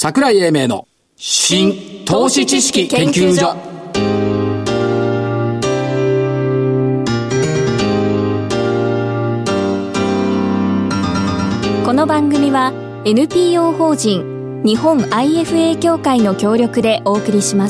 櫻井英明の新投資知識研究所。 この番組は NPO 法人日本 IFA 協会の協力でお送りします。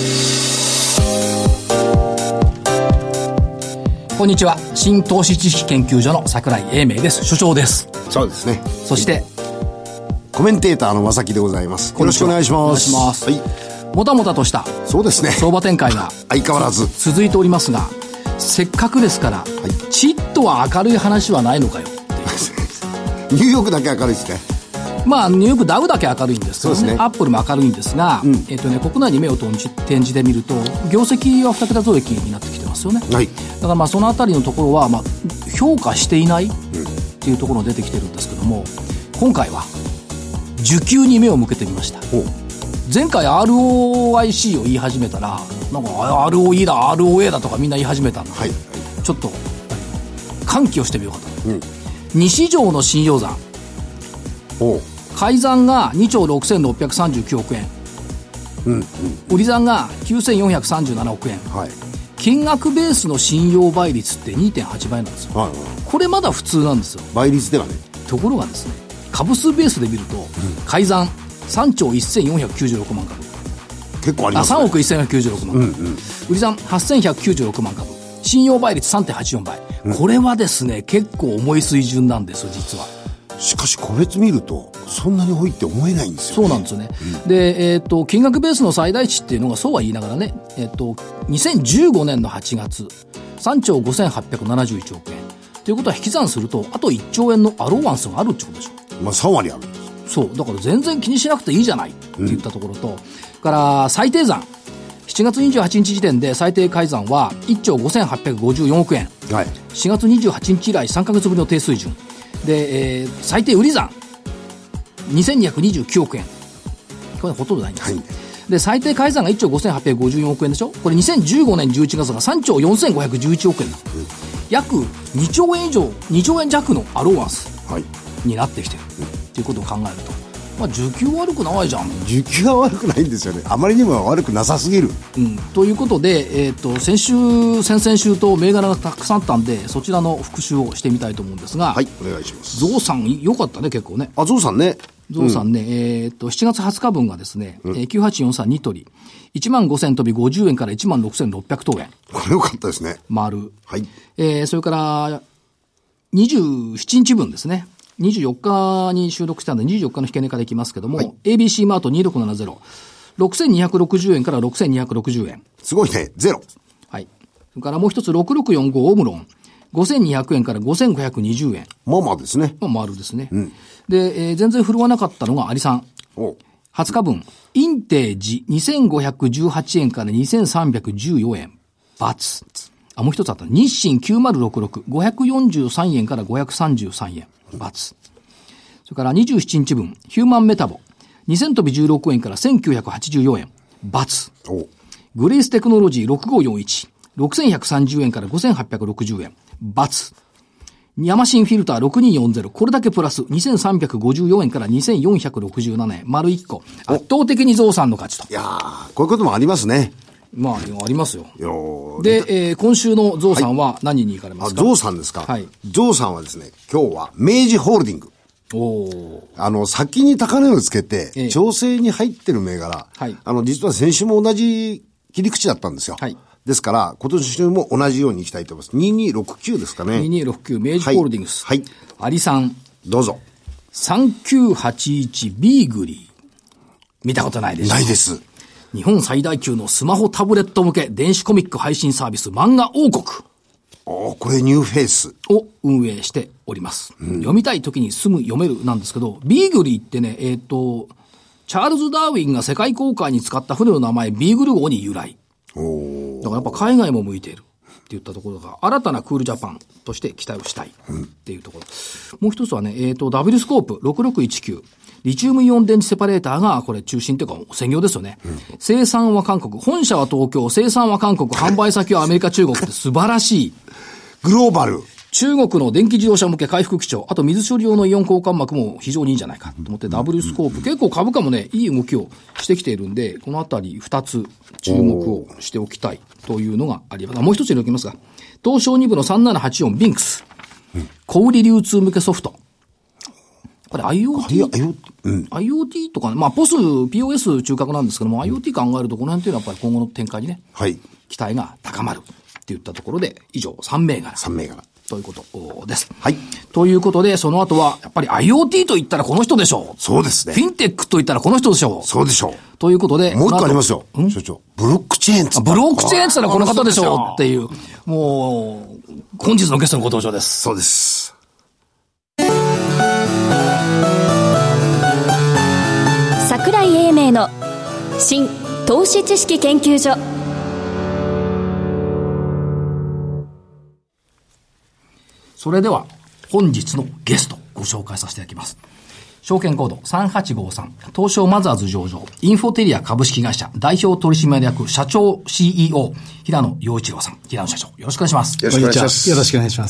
こんにちは。新投資知識研究所の櫻井英明です。所長です。 そうですね。 そして、 コメンテーターの正木でございます。よろしくお願いします。 お願いします。はい。もたもたとしたそうですね、 相場展開が相変わらず続いておりますが、せっかくですから、はい、ちっとは明るい話はないのかよっていうニューヨークだけ明るいですね。 まあニューヨークダウだけ明るいんですけど ね、アップルも明るいんですが、国内に目を転じてみると業績は2桁増益になってきてますよね、はい、だからまあそのあたりのところはまあ評価していないっていうところが出てきてるんですけども、今回は需給に目を向けてみました。前回 ROIC を言い始めたらなんか ROE だ ROA だとかみんな言い始めたんで、はい、ちょっと喚起をしてみようかと、西条の信用残改ざんが2兆6639億円、売り残が9437億円、はい、金額ベースの信用倍率って 2.8 倍なんですよ、はいはい、これまだ普通なんですよ、 倍率ではね。 ところがですね、株数ベースで見ると、改ざん3兆1496万株、 結構ありますね。 3億1496万株、売り残8196万株、信用倍率 3.84 倍、これはですね結構重い水準なんですよ実は。 しかし個別見るとそんなに多いって思えないんですよね。 そうなんですよね、で、金額ベースの最大値っていうのがそうは言いながらね、2015年の8月3兆5871億円ということは引き算するとあと1兆円のアローワンスがあるってことでしょ。 まあ3割あるんです。 そうだから全然気にしなくていいじゃないって言ったところと、から最低残7月28日時点で最低改ざんは1兆5854億円、はい、4月28日以来3ヶ月ぶりの低水準で、最低売り残2229億円、これほとんどないんです、はい、で最低改ざんが1兆5854億円でしょ。これ2015年11月が3兆4511億円なの、約2兆円以上2兆円弱のアローワンスになってきてる、っていうことを考えると、まあ、需給悪くないじゃん。 需給は悪くないんですよね。あまりにも悪くなさすぎる、 ということで、先々週と銘柄がたくさんあったんでそちらの復習をしてみたいと思うんですが、 はい、お願いします。 ゾウさん良かったね結構ね。 ゾウさんね、 7月20日分がですね、9843ニトリ15,000飛び50円から16,600等円、 これ良かったですね。 丸、 はい、 それから27日分ですね、24日に収録したので24日の引け値からいきますけども、はい、ABC マート2670 6260円から6260円、 すごいね、ゼロ。 はい。それからもう一つ6645オムロン5200円から5520円、 まあまあですね、 まあ丸ですね、で、全然振るわなかったのがアリさん20日分インテージ2518円から2314円×、もう一つあった日清9066 543円から533円×、それから27日分ヒューマンメタボ2000飛び16円から1984円×、グレイステクノロジー6541 6130円から5860円×、ヤマシンフィルター6240これだけプラス2354円から2467円丸1個、圧倒的にゾウさんの勝ちと。 いやー、こういうこともありますね。 まあ、ありますよ。で、今週のゾウさんは何に行かれますか。 ゾウさんですか。はい。ゾウさんはですね、今日は明治ホールディング。先に高値をつけて、調整に入ってる銘柄。はい。実は先週も同じ切り口だったんですよ。はい。ですから、今年も同じようにいきたいと思います。2269ですかね。 2269、明治ホールディングス。はい。アリさん。 どうぞ。 3981ビーグリー。見たことないでしょ。 ないです。 日本最大級のスマホタブレット向け電子コミック配信サービス漫画王国。 これニューフェイスを運営しております。読みたい時にすぐ読めるなんですけど、ビーグリーってね、チャールズ・ダーウィンが世界航海に使った船の名前ビーグル号に由来。だからやっぱ海外も向いているって言ったところが新たなクールジャパンとして期待をしたいっていうところ。もう一つはね、ダブルスコープ6619。リチウムイオン電池セパレーターがこれ中心というか専業ですよね。生産は韓国、本社は東京、生産は韓国、販売先はアメリカ、中国って素晴らしい。 グローバル。 中国の電気自動車向け回復基調、あと水処理用のイオン交換膜も非常にいいんじゃないかと思って、ダブルスコープ、結構株価もね、いい動きをしてきているんで、このあたり2つ注目をしておきたいというのがあります。もう一つ入れておきますが、東証2部の3784ビンクス、小売流通向けソフト。これ IoT とかね、まあPOS 中核なんですけども、IoT 考えるとこの辺っていうのはやっぱり今後の展開にね、期待が高まるっていったところで、以上3銘柄。ということです。 はい。 ということで、その後は、やっぱり IoT と言ったらこの人でしょう。 そうですね。 フィンテックと言ったらこの人でしょう。 そうでしょう。 ということで。 もう一個ありますよ。所長。ブロックチェーンってブロックチェーンって言ったらこの方でしょうっていう、もう、本日のゲストのご登場です。 そうです。 櫻井英明の新投資知識研究所。 それでは本日のゲストご紹介させていただきます。証券コード3853東証マザーズ上場インフォテリア株式会社代表取締役社長 CEO 平野陽一郎さん。平野社長よろしくお願いします。 よろしくお願いします。よろしくお願いします。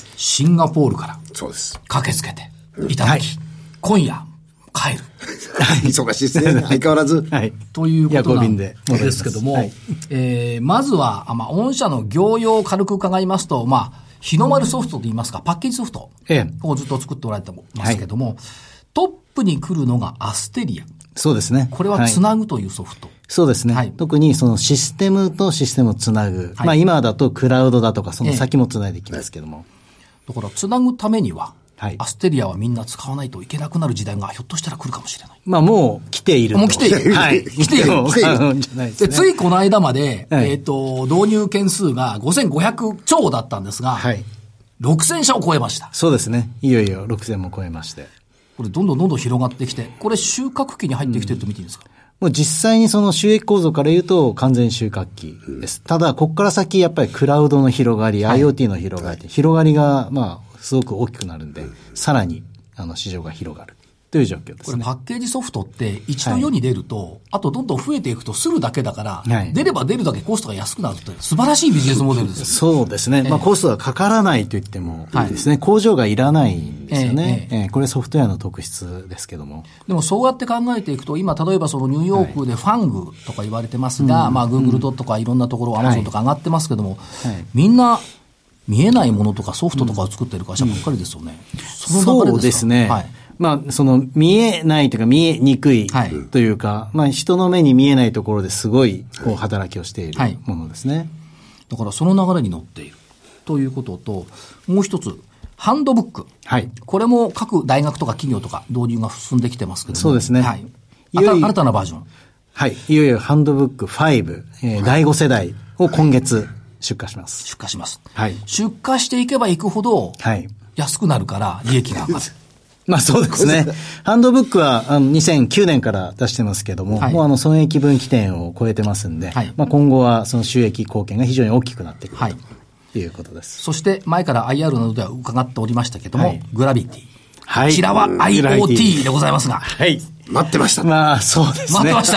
シンガポールからそうです駆けつけていただき、今夜帰る忙しいですね相変わらず、 ということなんですけども、まずは、御社の業用を軽く伺いますと、日の丸ソフトと言いますか、パッケージソフトをずっと作っておられてますけども、トップに来るのがアステリア。 そうですね。 これはつなぐというソフト。 そうですね。特にそのシステムとシステムをつなぐ。今だとクラウドだとかその先もつないでいきますけども。 だからつなぐためには、アステリアはみんな使わないといけなくなる時代がひょっとしたら来るかもしれない。 もう来ていると。 もう来ている。来ている。で、ついこの間まで、導入件数が5500超だったんですが、6000社を超えました。 そうですね。いよいよ6000も超えまして。 これどんどん広がってきて、これ収穫期に入ってきてると見ていいんですか？ もう実際にその収益構造から言うと完全収穫期です。ただ、ここから先やっぱりクラウドの広がり、IoT の広がり、広がりがすごく大きくなるんで、さらに市場が広がるという状況ですね。 これパッケージソフトって一度世に出ると、あとどんどん増えていくとするだけだから、出れば出るだけコストが安くなるって素晴らしいビジネスモデルですよ。 そうですね。コストがかからないと言ってもいいですね。工場がいらないんですよね。これソフトウェアの特質ですけども。 でもそうやって考えていくと、今例えばそのニューヨークでファングとか言われてますが、Google とかいろんなところ、Amazon とか上がってますけども、みんな見えないものとかソフトとかを作っている会社ばっかりですよね。 そうですね。その見えないというか見えにくいというか、人の目に見えないところですごい働きをしているものですね。 だからその流れに乗っているということと、もう一つ、ハンドブック。これも各大学とか企業とか導入が進んできてますけども。 そうですね。 新たなバージョン。 いよいよハンドブック5、第5世代を今月出荷します。 出荷します。出荷していけばいくほど、安くなるから利益が上がる。 そうですね。ハンドブックは2009年から出してますけども、もう損益分岐点を超えてますんで、今後はその収益貢献が非常に大きくなってくるということです。 そして前から IR などでは伺っておりましたけども、グラビティ。こちらは IoT でございますが。 待ってました。 そうですね。 待ってました。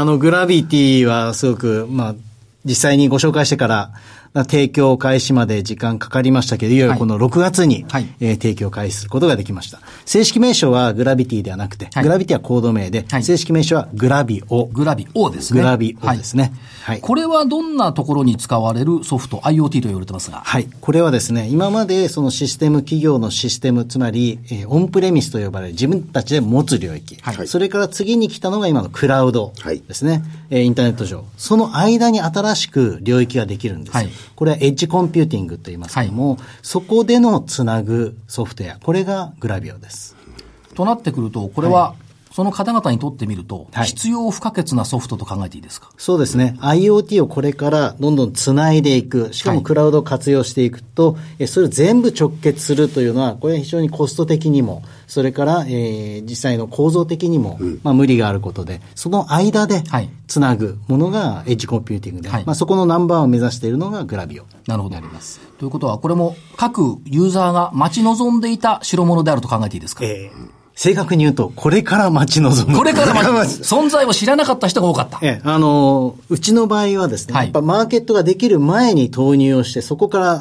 グラビティはすごく、実際にご紹介してから提供開始まで時間かかりましたけど、いよいよこの6月に、提供開始することができました。正式名称はグラビティではなくて、グラビティはコード名で、正式名称はグラビオ。 グラビオですね。 グラビオですね。 これはどんなところに使われるソフト、IoT と言われてますが。 これはですね、今までそのシステム、企業のシステム、つまり、オンプレミスと呼ばれる自分たちで持つ領域。それから次に来たのが今のクラウドですね。インターネット上。その間に新しく領域ができるんです。これはエッジコンピューティングと言いますけども、そこでのつなぐソフトウェア、これがグラビオです。 となってくると、これは、その方々にとってみると、必要不可欠なソフトと考えていいですか？ そうですね。IoT をこれからどんどんつないでいく、しかもクラウドを活用していくと、それを全部直結するというのは、これは非常にコスト的にも、それから、実際の構造的にも、無理があることで、その間でつなぐものがエッジコンピューティングで、そこのナンバーを目指しているのがグラビオになります。 ということは、これも各ユーザーが待ち望んでいた代物であると考えていいですか？ 正確に言うと、これから待ち望む。 これから存在を知らなかった人が多かった。 うちの場合はですね、やっぱマーケットができる前に投入をして、そこから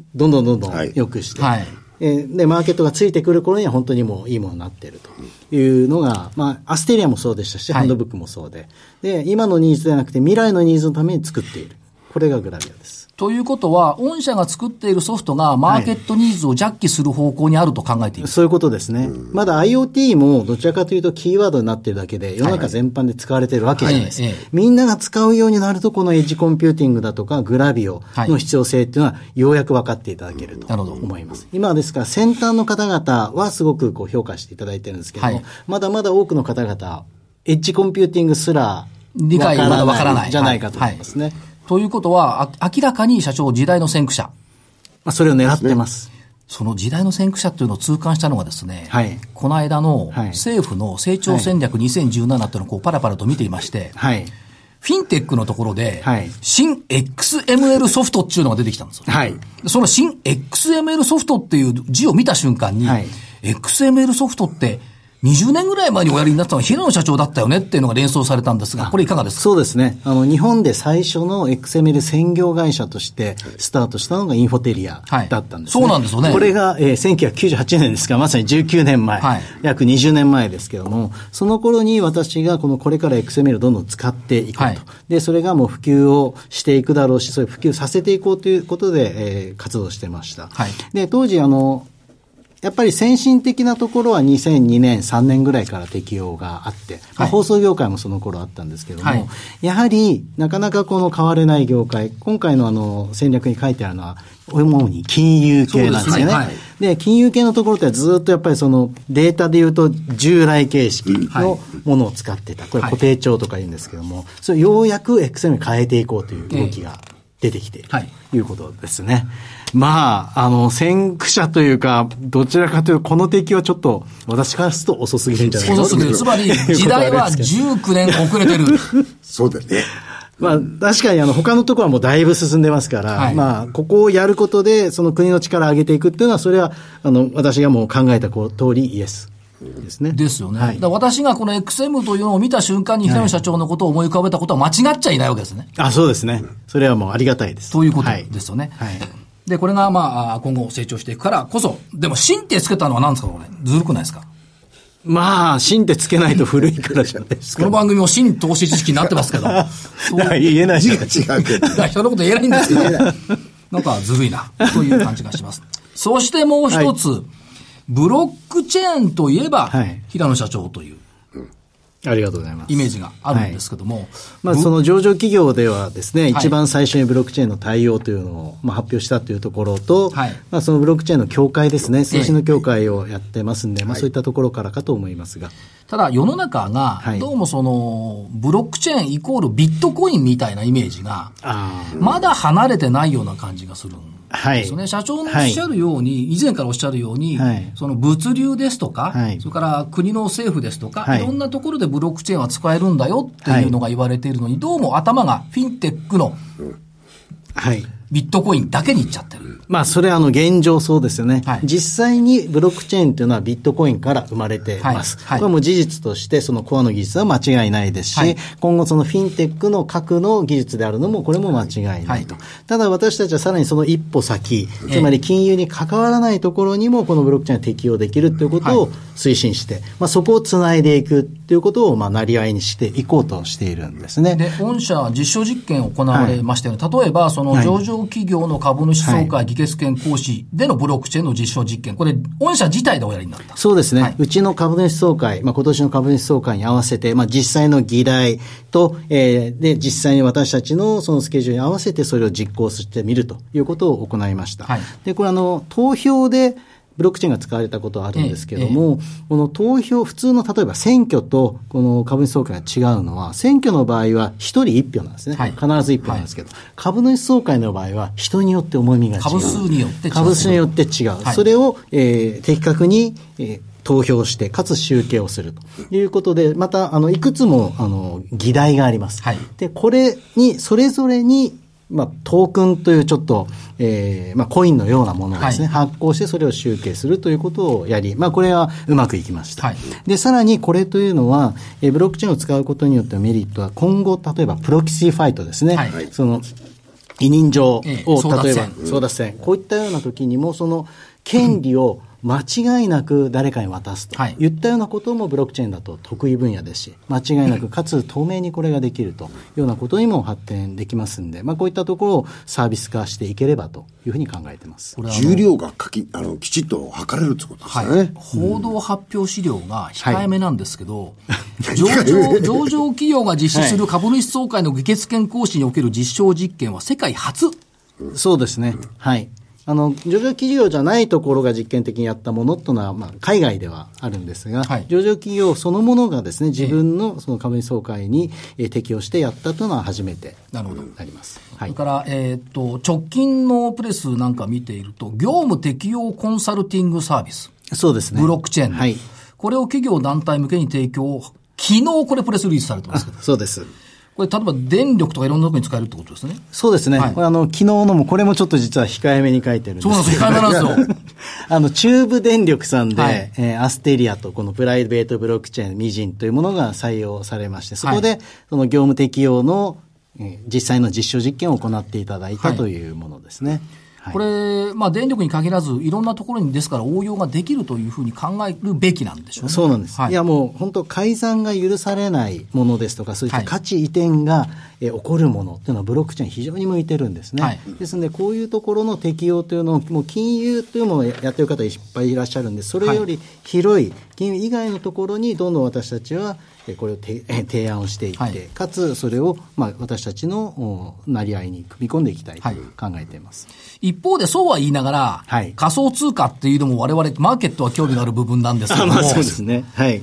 どんどん良くして、はい、で、マーケットがついてくる頃には本当にもういいものになっているというのが、まあ、アステリアもそうでしたし、ハンドブックもそうで、で、今のニーズではなくて未来のニーズのために作っている。これがグラビアです。 ということは、御社が作っているソフトがマーケットニーズをジャッキする方向にあると考えている、 そういうことですね。まだ IoT もどちらかというとキーワードになっているだけで、世の中全般で使われているわけじゃないです。みんなが使うようになると、このエッジコンピューティングだとか、グラビオの必要性っていうのは、ようやく分かっていただけると思います。今はですから、先端の方々はすごくこう評価していただいてるんですけども、まだまだ多くの方々、エッジコンピューティングすら理解がまだ分からないじゃないかと思いますね。 ということは、明らかに社長、時代の先駆者。 それを狙ってます。 その時代の先駆者というのを痛感したのがですね、はい、この間の政府の成長戦略2017というのをこうパラパラと見ていまして、はい、フィンテックのところで、はい、新 XML ソフトっていうのが出てきたんですよ。はい、その新 XML ソフトっていう字を見た瞬間に、はい、XML ソフトって20年ぐらい前におやりになったのは平野社長だったよねっていうのが連想されたんですが、これいかがですか？ そうですね。日本で最初の XML 専業会社としてスタートしたのがインフォテリアだったんですね。 そうなんですよね。 これが、1998年ですから、まさに19年前、はい、約20年前ですけども、その頃に私がこれから XML をどんどん使っていこうと。はい、で、それがもう普及をしていくだろうし、そういう普及させていこうということで、活動してました。はい、で、当時やっぱり先進的なところは2002年、3年ぐらいから適用があって、まあ、放送業界もその頃あったんですけども、はい、やはりなかなかこの変われない業界、今回の戦略に書いてあるのは、主に金融系なんですよね。はい、で、金融系のところってずっとやっぱりそのデータで言うと従来形式のものを使ってた。これ固定帳とか言うんですけども、それをようやく XML に変えていこうという動きが出てきているということですね。まあ、先駆者というか、どちらかというと、この敵はちょっと、私からすると遅すぎるんじゃないかと。 遅すぎる。つまり、時代は19年遅れてる。 そうだよね。 まあ、確かに他のところはもうだいぶ進んでますから、はい、まあ、ここをやることで、その国の力を上げていくっていうのは、それは、私がもう考えた通りイエス。ですね。 ですよね。はい、だ私がこの XM というのを見た瞬間に平野社長のことを思い浮かべたことは間違っちゃいないわけですね。 そうですね。それはもうありがたいです。 ということですよね。はい。で、これがまあ、今後成長していくからこそ、でも、新ってつけたのは何ですかこれ。ずるくないですか？ まあ、新ってつけないと古いからじゃないですか。 この番組も新投資知識になってますけど。 言えないしか違うけど。 人のこと言えないんですけど、なんかずるいな、という感じがします。そしてもう一つ、はい、ブロックチェーンといえば、はい、平野社長という。 ありがとうございます。 イメージがあるんですけども。はい、 まあ、その上場企業ではですね、一番最初にブロックチェーンの対応というのを、まあ、発表したというところと、はい、まあ、そのブロックチェーンの協会ですね、通信の協会をやってますんで、まあ、そういったところからかと思いますが。 ただ、世の中が、どうもその、ブロックチェーンイコールビットコインみたいなイメージが、まだ離れてないような感じがするんですよね。はい、社長のおっしゃるように、以前からおっしゃるように、その物流ですとか、それから国の政府ですとか、いろんなところでブロックチェーンは使えるんだよっていうのが言われているのに、どうも頭がフィンテックの、ビットコインだけにいっちゃってる。 まあ、それは現状そうですよね。はい、実際にブロックチェーンというのはビットコインから生まれています。はいはい、これはもう事実としてそのコアの技術は間違いないですし、はい、今後そのフィンテックの核の技術であるのもこれも間違いないと。はい、ただ私たちはさらにその一歩先、つまり金融に関わらないところにもこのブロックチェーンが適用できるということを推進して、まあ、そこをつないでいくということをまあなりわいにしていこうとしているんですね。 で、御社実証実験を行われましたよね。例えばその上場企業の株主総会議決権行使でのブロックチェーンの実証実験、これ御社自体でおやりになった。 そうですね。うちの株主総会、まあ、今年の株主総会に合わせて、まあ、実際の議題と、で、実際に私たちのそのスケジュールに合わせてそれを実行してみるということを行いました。はい、で、これ投票でブロックチェーンが使われたことはあるんですけども、この投票、普通の例えば選挙とこの株主総会が違うのは、選挙の場合は一人一票なんですね。はい、必ず一票なんですけど、株主総会の場合は人によって重みが違う。 株数によって違う。 株数によって違う。それを、的確に、投票して、かつ集計をするということで、また、いくつも、議題があります。はい、で、これに、それぞれに、まあ、トークンというちょっと、まあ、コインのようなものをですね、発行してそれを集計するということをやり、まあ、これはうまくいきました。はい、で、さらにこれというのは、ブロックチェーンを使うことによってメリットは、今後、例えばプロキシーファイトですね。はい、 委任状を、例えば争奪戦、こういったような時にもその権利を間違いなく誰かに渡すといったようなこともブロックチェーンだと得意分野ですし、間違いなくかつ透明にこれができるというようなことにも発展できますんで、こういったところをサービス化していければというふうに考えています。 重量がきちっと測れるということですね。 報道発表資料が控えめなんですけど、上場企業が実施する株主総会の議決権行使における実証実験は世界初。 そうですね。はい。上場企業じゃないところが実験的にやったものというのは、海外ではあるんですが、上場企業そのものがですね、自分のその株主総会に適用してやったというのは初めてなります。 それから、直近のプレスなんか見ていると、業務適用コンサルティングサービス。 そうですね。 ブロックチェーン。はい。これを企業団体向けに提供、昨日これプレスリリースされてますけど。 そうです。 これ例えば電力とかいろんなところに使えるってことですね。 そうですね。これ昨日のもこれもちょっと実は控えめに書いてるんですけど。 そうなんです、控えめなんですよ。 中部電力さんで、アステリアとこのプライベートブロックチェーンミジンというものが採用されまして、そこでその業務適用の実際の実証実験を行っていただいたというものですね。 これ、電力に限らず、いろんなところにですから応用ができるというふうに考えるべきなんでしょうね。 そうなんです。いやもう本当改ざんが許されないものですとか、そういった価値移転が起こるものというのはブロックチェーン非常に向いてるんですね。ですので、こういうところの適用というのを、もう金融というのをやっている方いっぱいいらっしゃるんで、それより広い金融以外のところにどんどん私たちはこれを提案をしていって、かつそれを私たちのなり合いに組み込んでいきたいと考えています。 一方でそうは言いながら、仮想通貨っていうのも我々マーケットは興味がある部分なんですけども、 そうですね。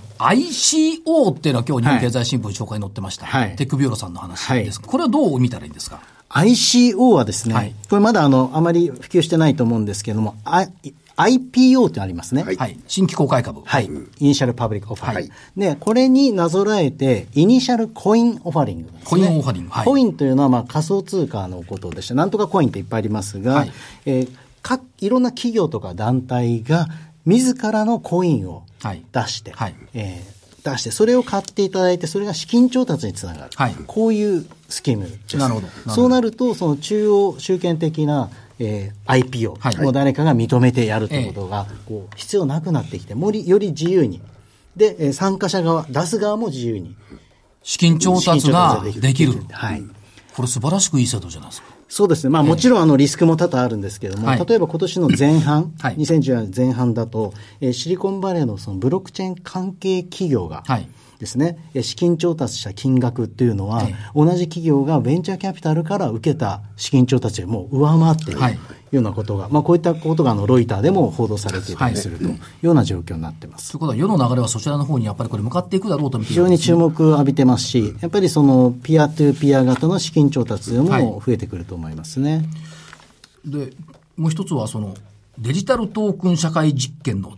ICO っていうのは今日日本経済新聞紹介に載ってました。テックビューロさんの話です。これはどう見たらいいんですか？ ICO はですね、これまだあまり普及してないと思うんですけれども、IPO ってありますね。 新規公開株。 イニシャルパブリックオファリング。で、これになぞらえて、イニシャルコインオファリングですね。 コインオファリング。 コインというのは仮想通貨のことでして、なんとかコインっていっぱいありますが、いろんな企業とか団体が自らのコインを出して、それを買っていただいて、それが資金調達につながる。こういうスキームです。 なるほど。 そうなると、その集権的なIPO も誰かが認めてやるということが必要なくなってきて、より自由に。で、参加者側、出す側も自由に。 資金調達ができる。これ素晴らしくいい制度じゃないですか。 そうですね。もちろんリスクも多々あるんですけども、例えば今年の前半、2014年前半だと、シリコンバレーのそのブロックチェーン関係企業が、ですね、資金調達した金額っていうのは、同じ企業がベンチャーキャピタルから受けた資金調達よりも上回っているというようなことが、こういったことがロイターでも報道されていたりするというような状況になっています。 ということは世の流れはそちらの方にやっぱりこれ向かっていくだろうと見ている、 非常に注目を浴びてますし、やっぱりそのピアトゥーピア型の資金調達も増えてくると思いますね。 で、もう一つはそのデジタルトークン社会実験の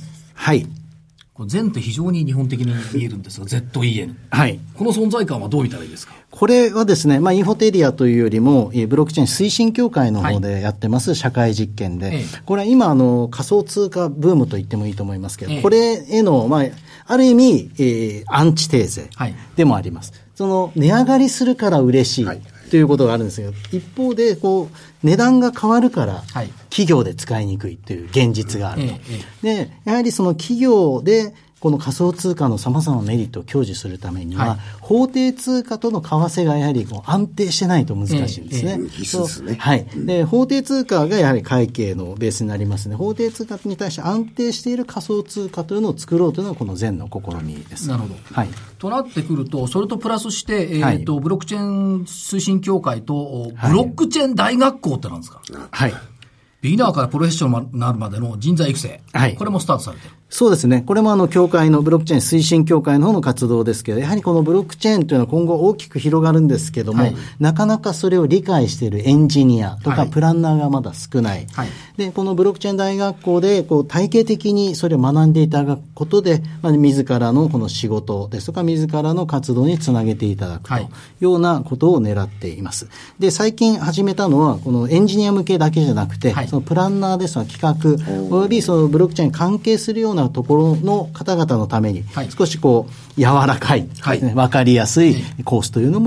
ZEN。ZENって非常に日本的に見えるんですが、ZEN。この存在感はどう見たらいいですか？ これはですね、インフォテリアというよりも、ブロックチェーン推進協会の方でやってます社会実験で、これは今仮想通貨ブームと言ってもいいと思いますけど、これへの、ある意味、アンチテーゼでもあります。その、値上がりするから嬉しい。ということがあるんですけど、一方で値段が変わるから企業で使いにくいという現実があると。で、やはりその企業でこの仮想通貨の様々なメリットを享受するためには、法定通貨との為替がやはり安定してないと難しいんですね。 必須ですね。 で、法定通貨がやはり会計のベースになりますので、法定通貨に対して安定している仮想通貨というのを作ろうというのがこのZENの試みです。 なるほど。となってくると、それとプラスして、ブロックチェーン推進協会と、ブロックチェーン大学校ってなんですか？ビギナーからプロフェッショナルになるまでの人材育成。これもスタートされてる。 そうですね。これも協会のブロックチェーン推進協会の方の活動ですけど、やはりこのブロックチェーンというのは今後大きく広がるんですけども、なかなかそれを理解しているエンジニアとかプランナーがまだ少ない。で、このブロックチェーン大学校で体系的にそれを学んでいただくことで、自らのこの仕事ですとか自らの活動につなげていただくというようなことを狙っています。で、最近始めたのはこのエンジニア向けだけじゃなくて、そのプランナーですとか企画およびそのブロックチェーンに関係するようなところの方々のために少し柔らかい、わかりやすいコースというのも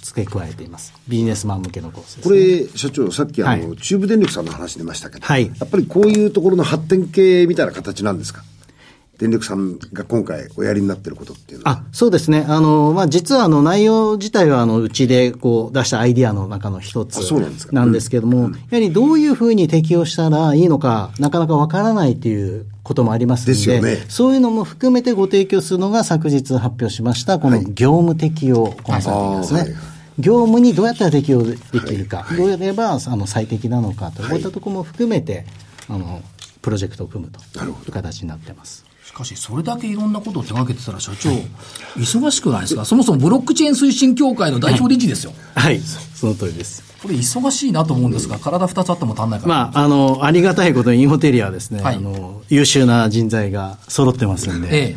付け加えています。ビジネスマン向けのコースです、ね。 これ、社長、さっき中部電力さんの話出ましたけど、やっぱりこういうところの発展系みたいな形なんですか？電力さんが今回おやりになっていることっていうのは。 そうですね。実は内容自体はうちで出したアイディアの中の一つなんですけども、やはりどういうふうに適用したらいいのか、なかなかわからないということもありますの で、そういうのも含めてご提供するのが昨日発表しました、この業務適用コンサルティングですね。業務にどうやったら適用できるか、どうやれば最適なのかと、こういったところも含めて、プロジェクトを組むという形になっています。 しかし、それだけいろんなことを手掛けてたら、社長、忙しくないですか？そもそもブロックチェーン推進協会の代表理事ですよ。 はい、その通りです。 これ忙しいなと思うんですが、体2つあっても足んないから。 ありがたいことにインフォテリアはですね、優秀な人材が揃ってますんで、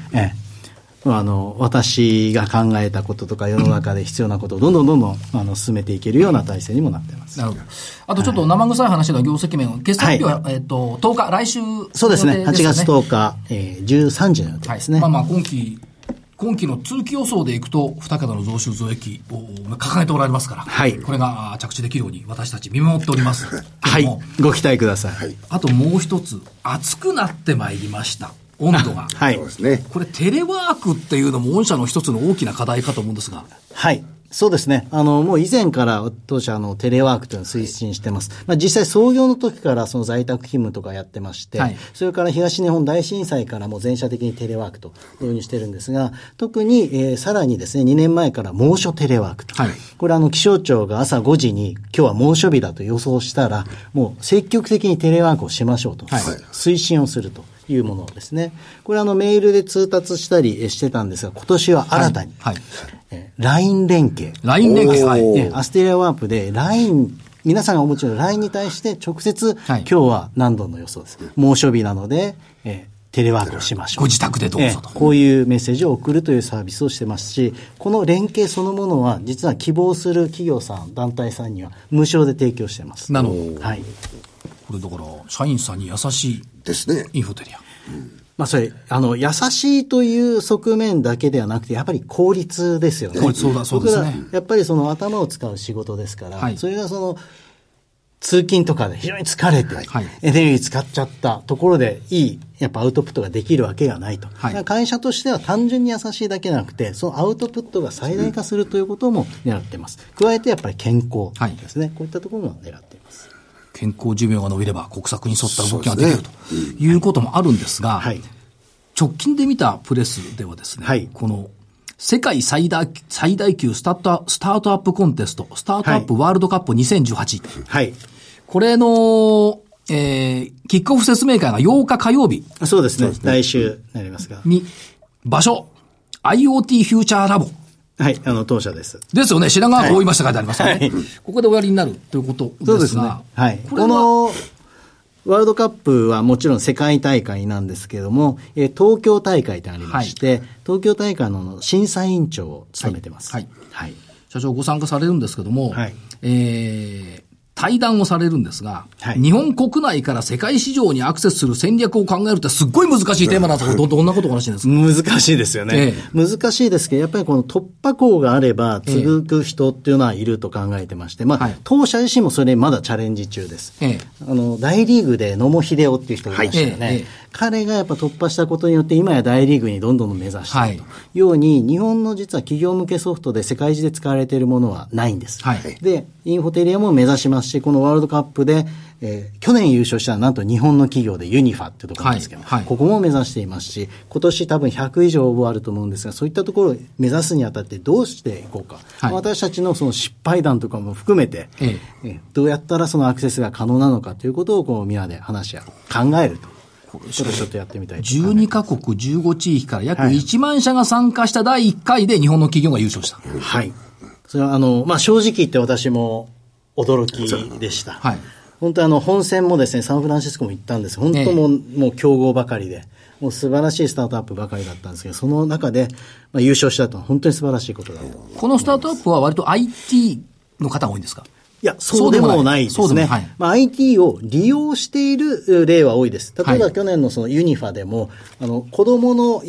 私が考えたこととか世の中で必要なことをどんどん進めていけるような体制にもなっています。 なるほど。あとちょっと生臭い話の業績面、決算発表は、10日、来週、 そうですね、8月10日、13時の予定ですね。 今期の通期予想でいくと、2桁の増収増益を掲げておられますから、これが着地できるように私たち見守っております。 ご期待ください。 あともう一つ、暑くなってまいりました。温度が。 そうですね。 これテレワークっていうのも御社の一つの大きな課題かと思うんですが。 そうですね。もう以前から当社テレワークというのを推進してます。実際創業の時からその在宅勤務とかやってまして、それから東日本大震災からも全社的にテレワークと導入してるんですが、特に、さらにですね、2年前から猛暑テレワークと。これ気象庁が朝5時に今日は猛暑日だと予想したら、もう積極的にテレワークをしましょうと。推進をするというものですね。これメールで通達したりしてたんですが、今年は新たに、LINE 連携。 LINE 連携。 アステリアワープで LINE、皆さんがお持ちの LINE に対して直接、今日は何度の予想です。猛暑日なので、テレワークをしましょう。 ご自宅でどうぞと。 こういうメッセージを送るというサービスをしてますし、この連携そのものは、実は希望する企業さん、団体さんには無償で提供してます。 なるほど。これだから、社員さんに優しいですね。インフォテリア。 それ、優しいという側面だけではなくて、やっぱり効率ですよね。 そうですね。 やっぱり頭を使う仕事ですから、それが通勤とかで非常に疲れて、エネルギー使っちゃったところでやっぱアウトプットができるわけがないと。会社としては単純に優しいだけじゃなくて、そのアウトプットが最大化するということも狙っています。加えてやっぱり健康ですね。こういったところも狙っています。 健康寿命が伸びれば国策に沿った動きができるということもあるんですが、直近で見たプレスではですね、この世界最大級スタートアップコンテスト、スタートアップワールドカップ2018。これの、キックオフ説明会が8日火曜日。 そうですね。来週になりますが。 場所、IoT フューチャーラボ。 当社です。 ですよね。品川区大井町って書いてありますよね。ここでおやりになるということですが。そうですね。 このワールドカップはもちろん世界大会なんですけれども、東京大会ってありまして、東京大会の審査委員長を務めてます。 社長ご参加されるんですけども、対談をされるんですが、日本国内から世界市場にアクセスする戦略を考えるってすっごい難しいテーマなんですけど、どんなことをお話しですか？ 難しいですよね。難しいですけど、やっぱりこの突破口があれば続く人っていうのはいると考えてまして、当社自身もそれまだチャレンジ中です。大リーグで野茂英雄っていう人がいましたよね。彼がやっぱ突破したことによって今や大リーグにどんどん目指しているというように、日本の実は企業向けソフトで世界中で使われているものはないんです。で、インフォテリアも目指しますし、このワールドカップで、去年優勝したのはなんと日本の企業でユニファっていうところなんですけど、ここも目指していますし、今年多分100以上応募あると思うんですが、そういったところを目指すにあたってどうしていこうか。私たちのその失敗談とかも含めて、どうやったらそのアクセスが可能なのかということをこうみんなで話し合う、考えると。ちょっとやってみたい。 12カ国15地域から約1万社が参加した第1回で日本の企業が優勝した。 それは正直言って私も驚きでした。本当本戦もですね、サンフランシスコも行ったんです。本当もう強豪ばかりで、もう素晴らしいスタートアップばかりだったんですけど、その中で優勝したとは本当に素晴らしいことだと。 このスタートアップは割と IT の方が多いんですか？ いや、そうでもないですね。IT を利用している例は多いです。例えば去年のそのユニファでも、子供の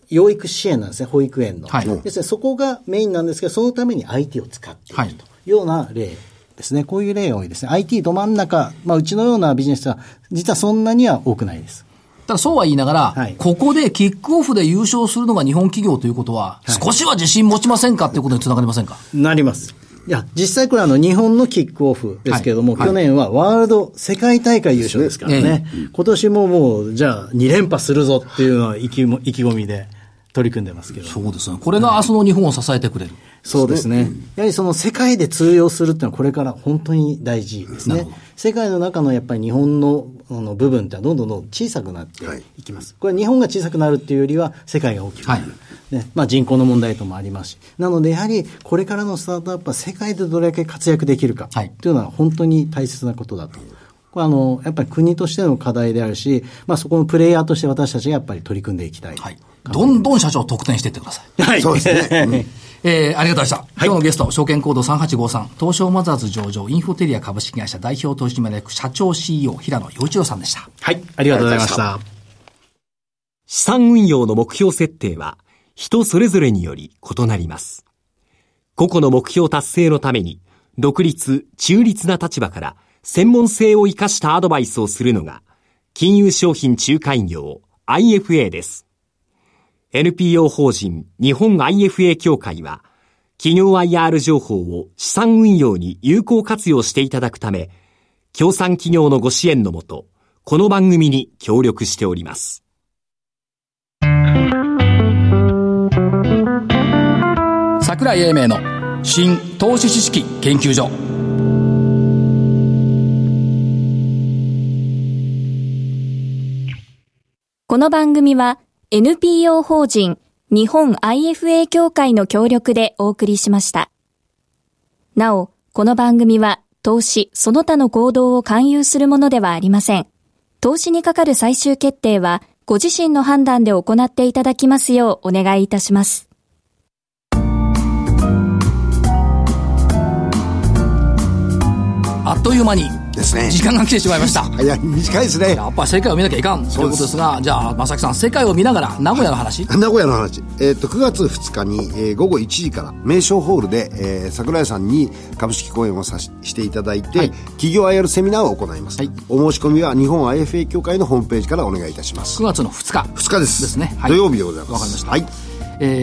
養育支援なんですね、保育園の。ですね、そこがメインなんですけど、そのために IT を使っているというような例ですね。こういう例が多いですね。IT ど真ん中、うちのようなビジネスは、実はそんなには多くないです。 ただそうは言いながら、ここでキックオフで優勝するのが日本企業ということは、少しは自信持ちませんかということにつながりませんか？ なります。いや、実際これ日本のキックオフですけれども、去年はワールド世界大会優勝ですからね。今年ももう、じゃあ2連覇するぞっていうのは意気込みで取り組んでますけど。 そうですね。これが明日の日本を支えてくれる。 そうですね。やはりその世界で通用するっていうのはこれから本当に大事ですね。世界の中のやっぱり日本の部分ってどんどん小さくなっていきます。これは日本が小さくなるっていうよりは世界が大きくなる。ね、人口の問題ともありますし。なのでやはりこれからのスタートアップは世界でどれだけ活躍できるかというのは本当に大切なことだと。これやっぱり国としての課題であるし、そこのプレイヤーとして私たちがやっぱり取り組んでいきたい。 どんどん社長得点していってください。 はい。そうですね。 ありがとうございました。今日のゲスト、証券コード3853、東証マザーズ上場、インフォテリア株式会社代表取締役社長 CEO、平野陽一郎さんでした。 はい。ありがとうございました。 資産運用の目標設定は、人それぞれにより異なります。個々の目標達成のために、独立、中立な立場から、専門性を生かしたアドバイスをするのが、金融商品仲介業 IFA です。NPO 法人日本 IFA 協会は、企業 IR 情報を資産運用に有効活用していただくため、協賛企業のご支援のもと、この番組に協力しております。 櫻井英明の新投資知識研究所。 この番組はNPO 法人日本 IFA 協会の協力でお送りしました。なお、この番組は投資その他の行動を勧誘するものではありません。投資にかかる最終決定はご自身の判断で行っていただきますようお願いいたします。 あっという間にですね、 時間が来てしまいました。 いや、短いですね。 やっぱり世界を見なきゃいかんということですが、じゃあ正木さん、世界を見ながら名古屋の話。 名古屋の話。9月2日に、午後1時から名称ホールで、櫻井さんに株式講演をしていただいて、企業 IR セミナーを行います。お申し込みは日本 IFA 協会のホームページからお願いいたします。 9月の2日。 2日です。 ですね。 土曜日でございます。 わかりました。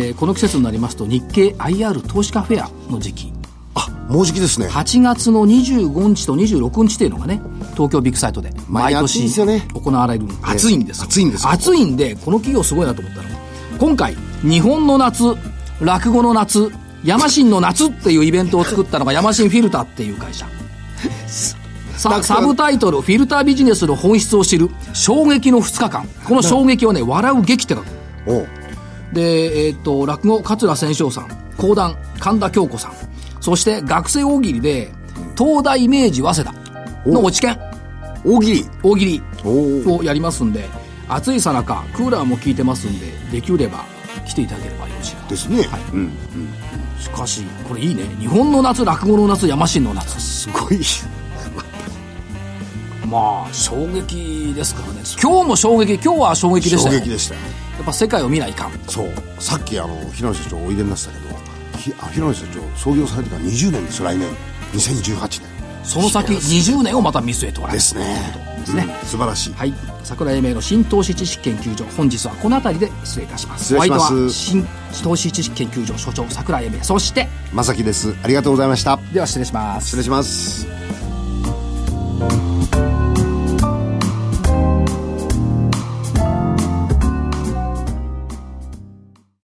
この季節になりますと日経 IR 投資家フェアの時期。 もうじきですね。 8月の25日と26日というのがね、東京ビッグサイトで毎年行われる。暑いんです。 暑いんです。 暑いんで、この企業すごいなと思ったの。今回、日本の夏、落語の夏、ヤマシンの夏っていうイベントを作ったのがヤマシンフィルターっていう会社。サブタイトル、フィルタービジネスの本質を知る、衝撃の2日間。この衝撃をね、笑う劇って書く。で、落語、桂千昌さん、講談、神田京子さん。そして学生大喜利で東大明治早稲田の落研大喜利をやりますんで、暑いさなかクーラーも効いてますんで、できれば来ていただければよろしいかとですね。 しかしこれいいね。日本の夏、落語の夏、ヤマシンの夏、 すごい衝撃ですからね。今日も衝撃、今日は衝撃でしたよ。 衝撃でしたよ。 やっぱ世界を見ないかん。 そう、さっき平野社長おいでになってたけど、平野社長創業されてから20年です。来年2018年、 その先20年をまた見据えておられるですね。素晴らしい。 櫻井英明の新投資知識研究所、本日はこの辺りで失礼いたします。 失礼します。 お相手は新投資知識研究所所長櫻井英明、そして正木です。ありがとうございました。 では失礼します。 失礼します。